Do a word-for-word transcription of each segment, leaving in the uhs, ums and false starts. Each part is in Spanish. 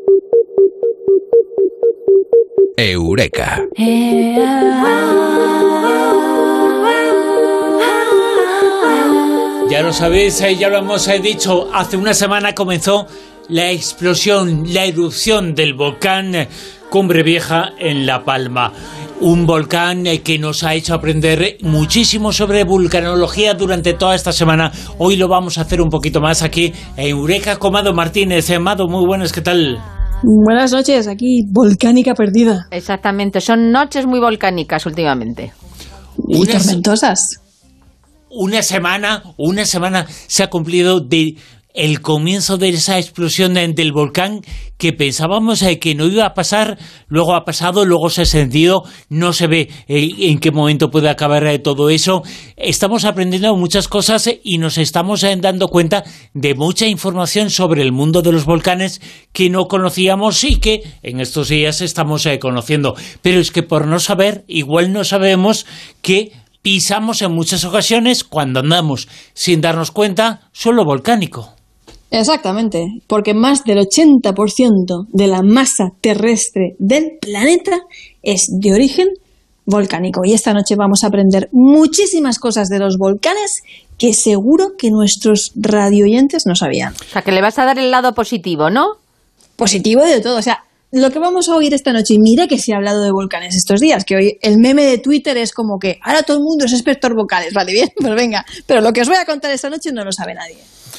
Eureka. Ya lo sabéis, ya lo hemos dicho, hace una semana comenzó la explosión, la erupción del volcán Cumbre Vieja en La Palma. Un volcán que nos ha hecho aprender muchísimo sobre vulcanología durante toda esta semana. Hoy lo vamos a hacer un poquito más aquí en Eureka con Mado Martínez. Mado, muy buenas, ¿qué tal? Buenas noches, aquí volcánica perdida. Exactamente, son noches muy volcánicas últimamente. Y Unas, tormentosas. Una semana, una semana se ha cumplido de el comienzo de esa explosión de, del volcán que pensábamos eh, que no iba a pasar, luego ha pasado, luego se ha sentido, no se ve eh, en qué momento puede acabar eh, todo eso. Estamos aprendiendo muchas cosas eh, y nos estamos eh, dando cuenta de mucha información sobre el mundo de los volcanes que no conocíamos y que en estos días estamos eh, conociendo. Pero es que por no saber, igual no sabemos que pisamos en muchas ocasiones, cuando andamos sin darnos cuenta, suelo volcánico. Exactamente, porque más del ochenta por ciento de la masa terrestre del planeta es de origen volcánico. Y esta noche vamos a aprender muchísimas cosas de los volcanes que seguro que nuestros radioyentes no sabían. O sea, que le vas a dar el lado positivo, ¿no? Positivo de todo, o sea, lo que vamos a oír esta noche, y mira que se ha hablado de volcanes estos días, que hoy el meme de Twitter es como que ahora todo el mundo es experto en volcanes, vale, bien, pues venga, pero lo que os voy a contar esta noche no lo sabe nadie.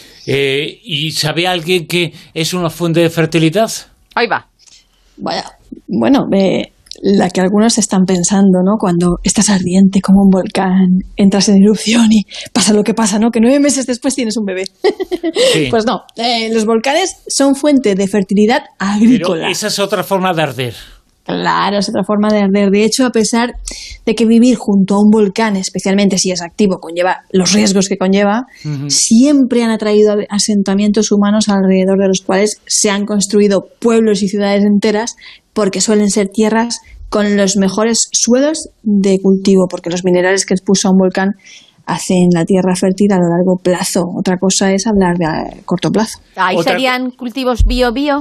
Eh, ¿Y sabe alguien que es una fuente de fertilidad? Ahí va. Vaya, bueno, eh, la que algunos están pensando, ¿no? Cuando estás ardiente como un volcán, entras en erupción y pasa lo que pasa, ¿no? Que nueve meses después tienes un bebé. Sí. Pues no, eh, los volcanes son fuente de fertilidad agrícola. Pero esa es otra forma de arder. Claro, es otra forma de arder. De hecho, a pesar de que vivir junto a un volcán, especialmente si es activo, conlleva los riesgos que conlleva, uh-huh. siempre han atraído asentamientos humanos alrededor de los cuales se han construido pueblos y ciudades enteras, porque suelen ser tierras con los mejores suelos de cultivo, porque los minerales que expuso un volcán hacen la tierra fértil a lo largo plazo. Otra cosa es hablar de a corto plazo. ¿Ahí Otra... serían cultivos bio-bio?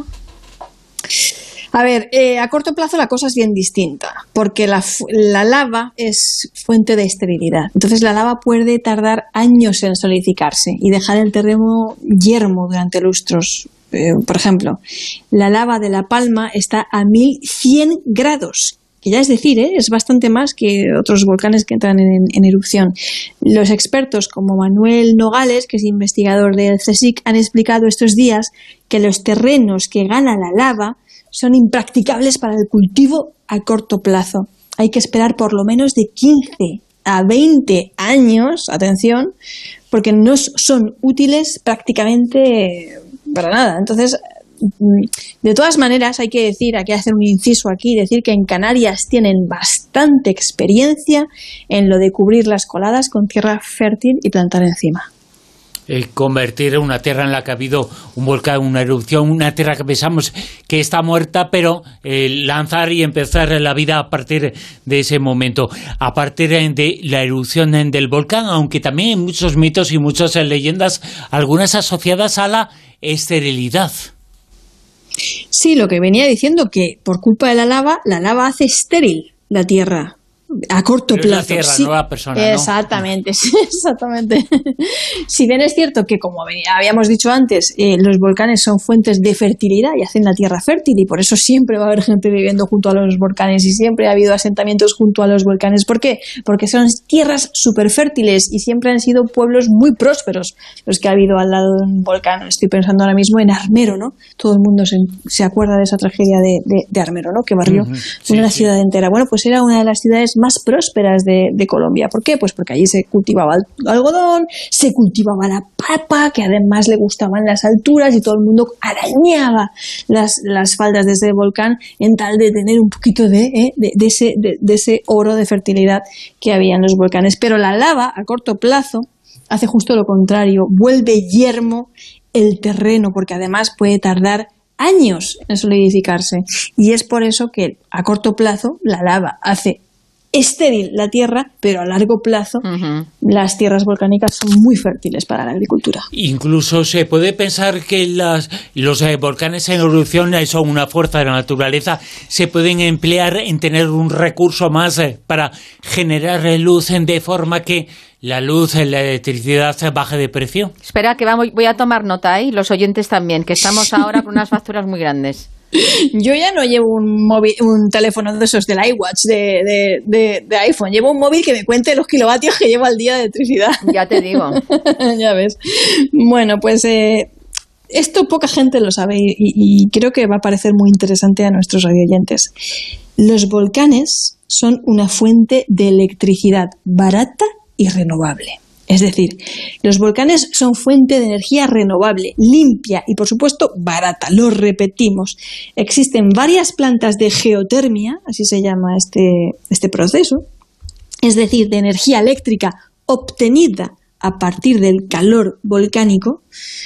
A ver, eh, a corto plazo la cosa es bien distinta, porque la, la lava es fuente de esterilidad. Entonces la lava puede tardar años en solidificarse y dejar el terreno yermo durante lustros. Eh, por ejemplo, la lava de La Palma está a mil cien grados, que ya es decir, ¿eh? es bastante más que otros volcanes que entran en, en erupción. Los expertos como Manuel Nogales, que es investigador del CSIC, han explicado estos días que los terrenos que gana la lava son impracticables para el cultivo a corto plazo. Hay que esperar por lo menos de quince a veinte años, atención, porque no son útiles prácticamente para nada. Entonces, de todas maneras, hay que decir, hay que hacer un inciso aquí, decir que en Canarias tienen bastante experiencia en lo de cubrir las coladas con tierra fértil y plantar encima. Eh, convertir una tierra en la que ha habido un volcán, una erupción, una tierra que pensamos que está muerta, pero eh, lanzar y empezar la vida a partir de ese momento, a partir de la erupción del volcán, aunque también hay muchos mitos y muchas leyendas, algunas asociadas a la esterilidad. Sí, lo que venía diciendo, que por culpa de la lava, la lava hace estéril la tierra. A corto Pero plazo. Es la tierra, sí, no la persona, exactamente, ¿no? sí, exactamente. Si bien es cierto que, como habíamos dicho antes, eh, los volcanes son fuentes de fertilidad y hacen la tierra fértil, y por eso siempre va a haber gente viviendo junto a los volcanes y siempre ha habido asentamientos junto a los volcanes. ¿Por qué? Porque son tierras súper fértiles y siempre han sido pueblos muy prósperos los que ha habido al lado de un volcán. Estoy pensando ahora mismo en Armero, ¿no? Todo el mundo se, se acuerda de esa tragedia de, de, de Armero, ¿no? Que barrió uh-huh. sí, una sí. ciudad entera. Bueno, pues era una de las ciudades más prósperas de, de Colombia. ¿Por qué? Pues porque allí se cultivaba el algodón, se cultivaba la papa, que además le gustaban las alturas, y todo el mundo arañaba las, las faldas de ese volcán en tal de tener un poquito de, eh, de, de, ese, de, de ese oro de fertilidad que había en los volcanes. Pero la lava, a corto plazo, hace justo lo contrario, vuelve yermo el terreno, porque además puede tardar años en solidificarse. Y es por eso que a corto plazo la lava hace estéril la tierra, pero a largo plazo uh-huh. las tierras volcánicas son muy fértiles para la agricultura. Incluso se puede pensar que las, los eh, volcanes en erupción son una fuerza de la naturaleza, se pueden emplear en tener un recurso más eh, para generar luz de forma que la luz, la electricidad baje de precio. Espera, que vamos, voy a tomar nota, ¿eh? Los oyentes también, que estamos ahora con unas facturas muy grandes. Yo ya no llevo un móvil, un teléfono de esos del iWatch de, de, de, de iPhone. Llevo un móvil que me cuente los kilovatios que llevo al día de electricidad. Ya te digo. Ya ves. Bueno, pues eh, esto poca gente lo sabe y, y creo que va a parecer muy interesante a nuestros radioyentes. Los volcanes son una fuente de electricidad barata y renovable. Es decir, los volcanes son fuente de energía renovable, limpia y, por supuesto, barata. Lo repetimos. Existen varias plantas de geotermia, así se llama este, este proceso, es decir, de energía eléctrica obtenida a partir del calor volcánico,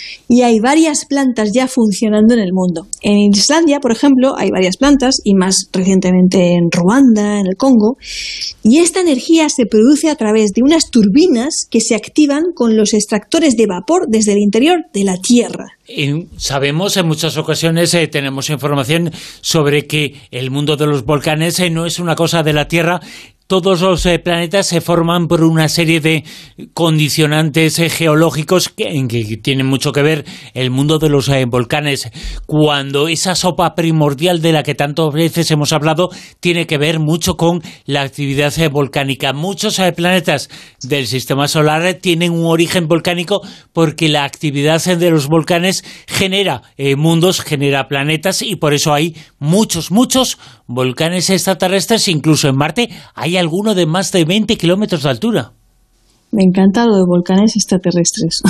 y hay varias plantas ya funcionando en el mundo. En Islandia, por ejemplo, hay varias plantas, y más recientemente en Ruanda, en el Congo, y esta energía se produce a través de unas turbinas que se activan con los extractores de vapor desde el interior de la Tierra. Y sabemos, en muchas ocasiones eh, tenemos información sobre que el mundo de los volcanes eh, no es una cosa de la Tierra. Todos los eh, planetas se forman por una serie de condicionantes eh, geológicos que, en que tienen mucho que ver el mundo de los eh, volcanes. Cuando esa sopa primordial de la que tantas veces hemos hablado tiene que ver mucho con la actividad eh, volcánica. Muchos eh, planetas del sistema solar eh, tienen un origen volcánico porque la actividad eh, de los volcanes genera eh, mundos, genera planetas, y por eso hay muchos, muchos volcanes extraterrestres. Incluso en Marte hay alguno de más de veinte kilómetros de altura. Me encanta lo de volcanes extraterrestres.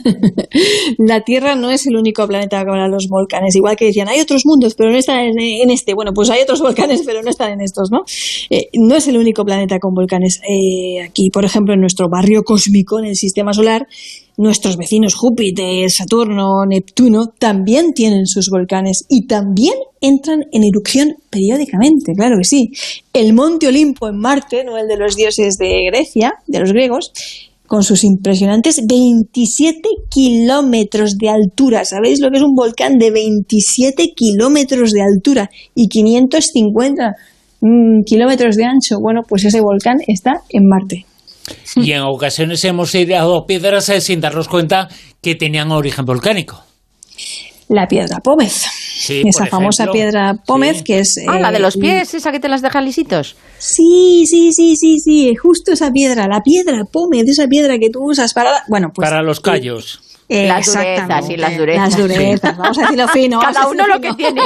La Tierra no es el único planeta que habla de los volcanes. Igual que decían, hay otros mundos, pero no están en, en este. Bueno, pues hay otros volcanes, pero no están en estos, ¿no? Eh, no es el único planeta con volcanes. Eh, aquí, por ejemplo, en nuestro barrio cósmico, en el Sistema Solar, nuestros vecinos Júpiter, Saturno, Neptuno, también tienen sus volcanes y también entran en erupción periódicamente, claro que sí. El Monte Olimpo en Marte, no el de los dioses de Grecia, de los griegos, con sus impresionantes veintisiete kilómetros de altura. ¿Sabéis lo que es un volcán de veintisiete kilómetros de altura y quinientos cincuenta mmm, kilómetros de ancho? Bueno, pues ese volcán está en Marte. Y en ocasiones hemos tirado piedras eh, sin darnos cuenta que tenían origen volcánico. La piedra Pómez, sí, esa famosa ejemplo, piedra Pómez, sí. que es... Ah, eh, la de los pies, esa que te las deja lisitos. Sí, sí, sí, sí, sí, justo esa piedra, la piedra Pómez, esa piedra que tú usas para... Bueno, pues... Para los callos. Eh, las durezas y las durezas. Las durezas, vamos a decirlo fino. Cada uno lo que tiene.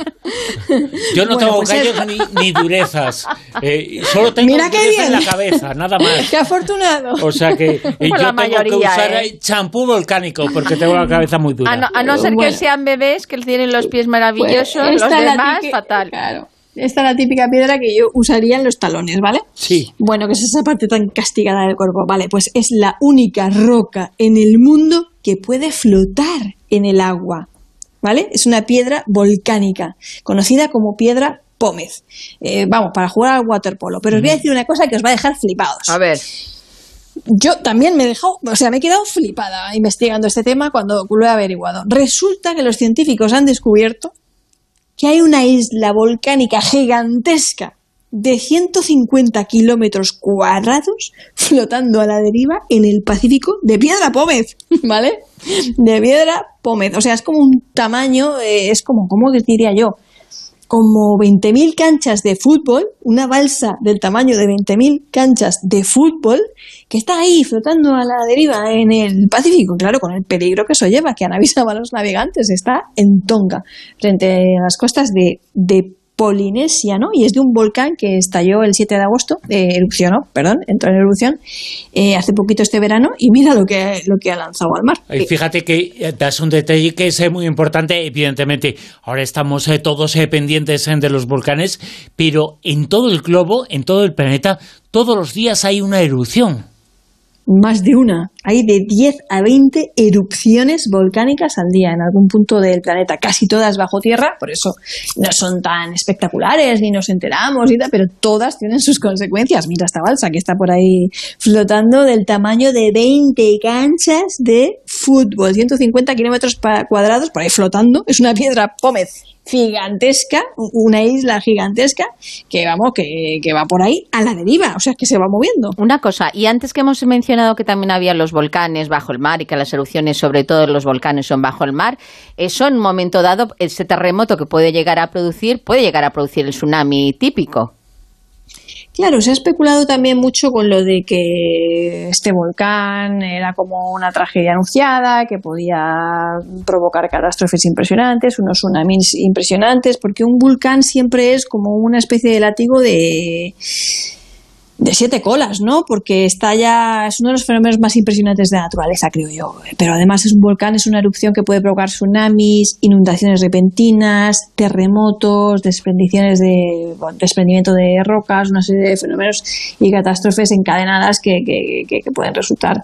Yo no bueno, tengo pues callos es... ni, ni durezas. Eh, solo tengo Mira dureza en la cabeza, nada más. ¡Qué afortunado! O sea que eh, yo tengo mayoría, que usar ¿eh? champú volcánico porque tengo la cabeza muy dura. A no, a no ser bueno. que sean bebés que tienen los pies maravillosos, pues los demás, típica, fatal. Claro. Esta es la típica piedra que yo usaría en los talones, ¿vale? Sí. Bueno, que es esa parte tan castigada del cuerpo. Vale, pues es la única roca en el mundo que puede flotar en el agua, ¿vale? Es una piedra volcánica, conocida como piedra Pómez. Eh, vamos, para jugar al waterpolo. Pero os voy a decir una cosa que os va a dejar flipados. A ver. Yo también me he dejado, o sea, me he quedado flipada investigando este tema cuando lo he averiguado. Resulta que los científicos han descubierto que hay una isla volcánica gigantesca de ciento cincuenta kilómetros cuadrados flotando a la deriva en el Pacífico de piedra Pómez, ¿vale? De piedra Pómez. O sea, es como un tamaño, eh, es como, ¿cómo diría yo? Como veinte mil canchas de fútbol, una balsa del tamaño de veinte mil canchas de fútbol que está ahí flotando a la deriva en el Pacífico, claro, con el peligro que eso lleva, que han avisado a los navegantes. Está en Tonga, frente a las costas de, de Polinesia, ¿no? Y es de un volcán que estalló el siete de agosto, eh, erupcionó, perdón, entró en erupción eh, hace poquito este verano, y mira lo que, lo que ha lanzado al mar. Y fíjate que das un detalle que es eh, muy importante. Evidentemente, ahora estamos eh, todos eh, pendientes eh, de los volcanes, pero en todo el globo, en todo el planeta, todos los días hay una erupción. más de una. Hay de diez a veinte erupciones volcánicas al día en algún punto del planeta, casi todas bajo tierra, por eso no son tan espectaculares ni nos enteramos y tal, pero todas tienen sus consecuencias. Mira esta balsa que está por ahí flotando del tamaño de veinte canchas de fútbol, ciento cincuenta kilómetros cuadrados por ahí flotando. Es una piedra pómez gigantesca, una isla gigantesca que vamos, que, que va por ahí a la deriva, o sea, que se va moviendo. Una cosa, y antes que hemos mencionado que también había los volcanes bajo el mar y que las erupciones, sobre todo los volcanes, son bajo el mar, eso en un momento dado, ese terremoto que puede llegar a producir, puede llegar a producir el tsunami típico. Claro, se ha especulado también mucho con lo de que este volcán era como una tragedia anunciada, que podía provocar catástrofes impresionantes, unos tsunamis impresionantes, porque un volcán siempre es como una especie de látigo de... de siete colas, ¿no? Porque está ya, es uno de los fenómenos más impresionantes de la naturaleza, creo yo. Pero además es un volcán, es una erupción que puede provocar tsunamis, inundaciones repentinas, terremotos, desprendiciones de, bueno, desprendimiento de rocas, una serie de fenómenos y catástrofes encadenadas que, que, que, que pueden resultar,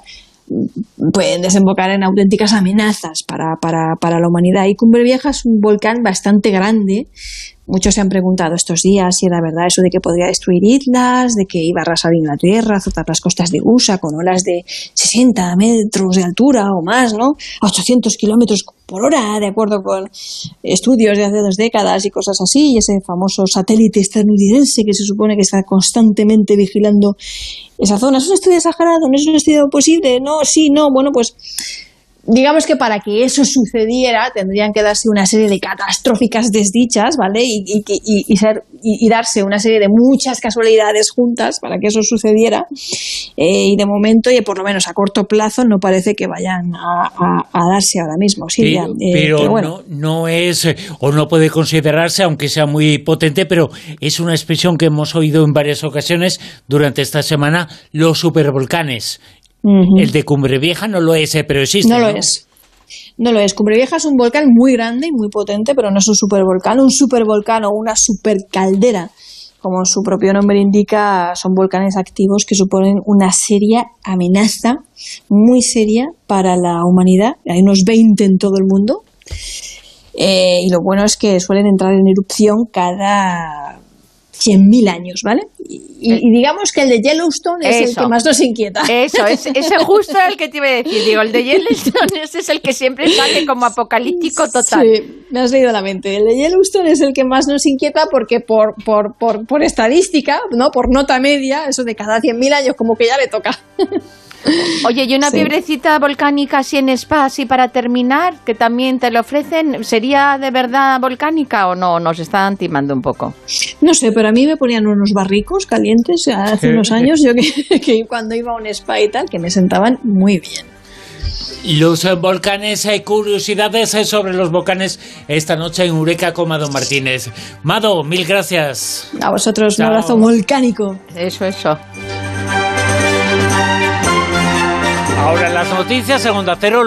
pueden desembocar en auténticas amenazas para, para, para la humanidad. Y Cumbre Vieja es un volcán bastante grande. Muchos se han preguntado estos días si era verdad eso de que podría destruir islas, de que iba a arrasar Inglaterra, azotar las costas de U S A con olas de sesenta metros de altura o más, ¿no? A ochocientos kilómetros por hora, de acuerdo con estudios de hace dos décadas y cosas así, y ese famoso satélite estadounidense que se supone que está constantemente vigilando esa zona. ¿Es un estudio exagerado? ¿No es un estudio posible? No, sí, no. Bueno, pues digamos que para que eso sucediera tendrían que darse una serie de catastróficas desdichas, ¿vale? Y, y, y, y, ser, y, y darse una serie de muchas casualidades juntas para que eso sucediera. Eh, y de momento, y por lo menos a corto plazo, no parece que vayan a, a, a darse ahora mismo. Sí, pero ya, eh, pero, pero bueno. no, no es, o no puede considerarse, aunque sea muy potente, pero es una expresión que hemos oído en varias ocasiones durante esta semana, los supervolcanes. Uh-huh. El de Cumbre Vieja no lo es, pero existe. No, ¿no? lo es. No lo es. Cumbre Vieja es un volcán muy grande y muy potente, pero no es un supervolcán. Un supervolcán o una supercaldera, como su propio nombre indica, son volcanes activos que suponen una seria amenaza, muy seria para la humanidad. Hay unos veinte en todo el mundo. Eh, y lo bueno es que suelen entrar en erupción cada cien mil años, ¿vale? Y, y digamos que el de Yellowstone es eso, el que más nos inquieta. Eso, es, ese justo era el que te iba a decir. Digo, el de Yellowstone ese es el que siempre sale como apocalíptico total. Sí, me has leído la mente. El de Yellowstone es el que más nos inquieta porque por, por, por, por estadística, ¿no? Por nota media, eso de cada cien mil años como que ya le toca. Oye, y una sí. piedrecita volcánica así en spa, así para terminar, que también te lo ofrecen, ¿sería de verdad volcánica o no? Nos están timando un poco. No sé, pero a mí me ponían unos barricos calientes hace unos años, yo que, que cuando iba a un spa y tal, que me sentaban muy bien. Los eh, volcanes, hay eh, curiosidades eh, sobre los volcanes esta noche en Eureka con Mado Martínez. Mado, mil gracias. A vosotros. Chao. Un abrazo volcánico. Eso, eso. Ahora en las noticias, en Onda Cero.